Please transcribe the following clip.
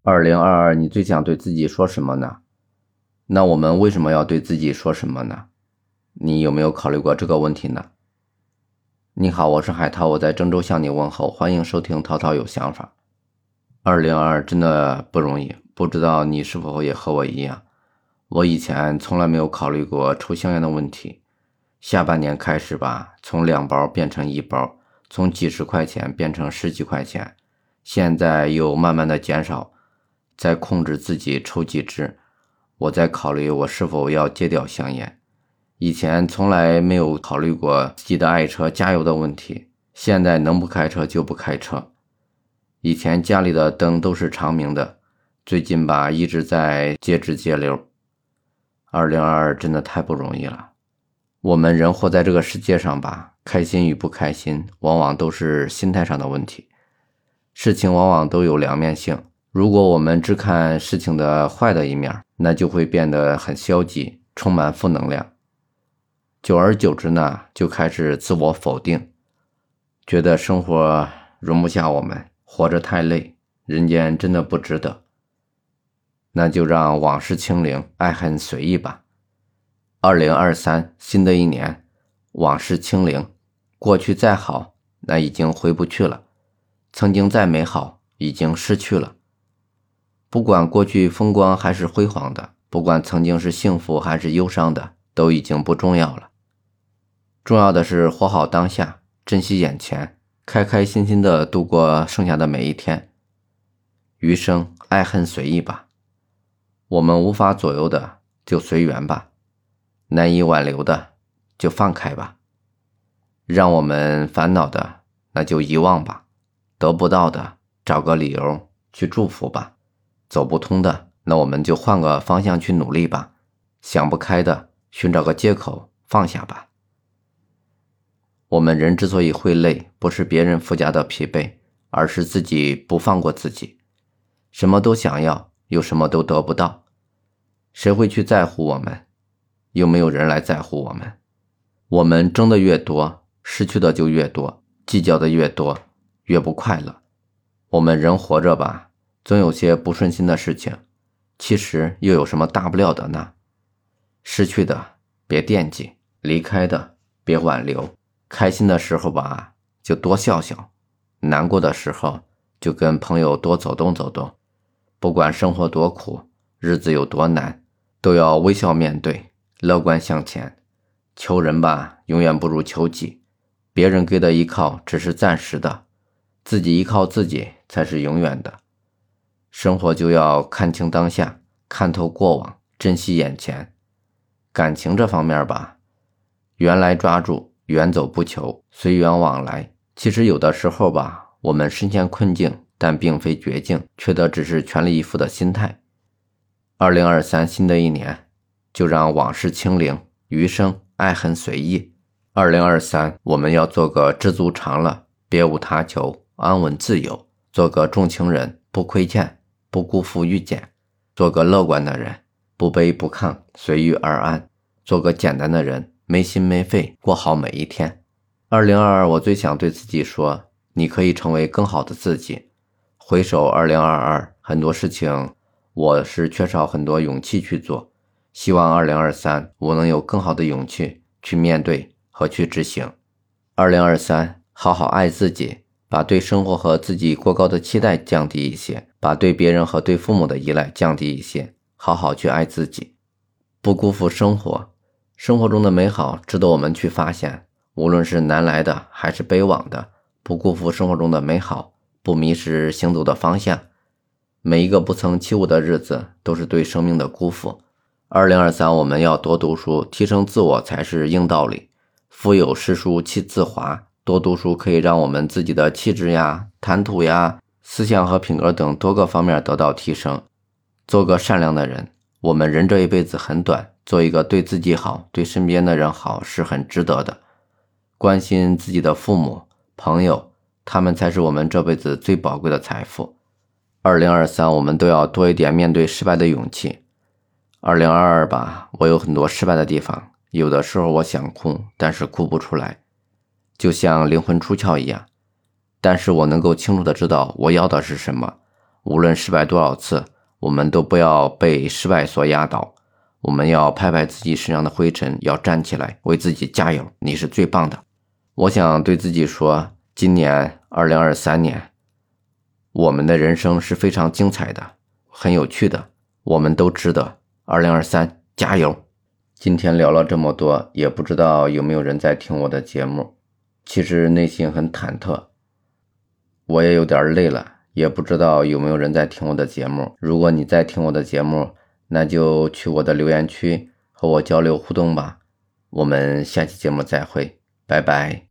2022你最想对自己说什么呢？那我们为什么要对自己说什么呢？你有没有考虑过这个问题呢？你好，我是海涛，我在郑州向你问候，欢迎收听涛涛有想法。2022真的不容易，不知道你是否也和我一样，我以前从来没有考虑过抽香烟的问题，下半年开始吧，从2包变成1包，从几十块钱变成10几块钱，现在又慢慢的减少，再控制自己抽几支，我在考虑我是否要戒掉香烟。以前从来没有考虑过自己的爱车加油的问题，现在能不开车就不开车。以前家里的灯都是长明的，最近吧一直在节制节流。2022真的太不容易了。我们人活在这个世界上吧，开心与不开心往往都是心态上的问题。事情往往都有两面性，如果我们只看事情的坏的一面，那就会变得很消极，充满负能量。久而久之呢，就开始自我否定，觉得生活容不下我们，活着太累，人间真的不值得。那就让往事清零，爱恨随意吧。2023新的一年，往事清零，过去再好，那已经回不去了。曾经再美好，已经失去了。不管过去风光还是辉煌的，不管曾经是幸福还是忧伤的，都已经不重要了。重要的是活好当下，珍惜眼前，开开心心的度过剩下的每一天。余生爱恨随意吧。我们无法左右的就随缘吧，难以挽留的就放开吧，让我们烦恼的那就遗忘吧，得不到的找个理由去祝福吧，走不通的那我们就换个方向去努力吧，想不开的寻找个借口放下吧。我们人之所以会累，不是别人附加的疲惫，而是自己不放过自己。什么都想要，又什么都得不到，谁会去在乎我们？又没有人来在乎我们。我们争的越多，失去的就越多，计较的越多，越不快乐。我们人活着吧，总有些不顺心的事情，其实又有什么大不了的呢？失去的别惦记，离开的别挽留，开心的时候吧，就多笑笑，难过的时候就跟朋友多走动走动。不管生活多苦，日子有多难，都要微笑面对，乐观向前。求人吧，永远不如求己。别人给的依靠只是暂时的，自己依靠自己才是永远的。生活就要看清当下，看透过往，珍惜眼前。感情这方面吧，缘来抓住，远走不求，随缘往来。其实有的时候吧，我们身陷困境，但并非绝境，缺的只是全力以赴的心态。2023新的一年，就让往事清零，余生爱恨随意。2023我们要做个知足常乐，别无他求，安稳自由，做个重情人，不亏欠，不辜负遇见，做个乐观的人，不卑不亢，随遇而安，做个简单的人，没心没肺，过好每一天。2022我最想对自己说，你可以成为更好的自己。回首2022，很多事情我是缺少很多勇气去做，希望2023我能有更好的勇气去面对和去执行。2023好好爱自己，把对生活和自己过高的期待降低一些，把对别人和对父母的依赖降低一些，好好去爱自己，不辜负生活。生活中的美好值得我们去发现，无论是南来的还是北往的，不辜负生活中的美好，不迷失行走的方向。每一个不曾起舞的日子都是对生命的辜负。2023我们要多读书，提升自我才是硬道理。腹有诗书气自华，多读书可以让我们自己的气质呀、谈吐呀、思想和品格等多个方面得到提升。做个善良的人，我们人这一辈子很短，做一个对自己好、对身边的人好是很值得的。关心自己的父母、朋友，他们才是我们这辈子最宝贵的财富。2023我们都要多一点面对失败的勇气。2022吧，我有很多失败的地方，有的时候我想哭，但是哭不出来，就像灵魂出窍一样。但是我能够清楚的知道我要的是什么， 无论失败多少次，我们都不要被失败所压倒，我们要拍拍自己身上的灰尘，要站起来，为自己加油，你是最棒的。我想对自己说，今年2023年，我们的人生是非常精彩的，很有趣的，我们都值得。2023加油！今天聊了这么多，也不知道有没有人在听我的节目，其实内心很忐忑，我也有点累了，也不知道有没有人在听我的节目。如果你在听我的节目，那就去我的留言区和我交流互动吧。我们下期节目再会，拜拜。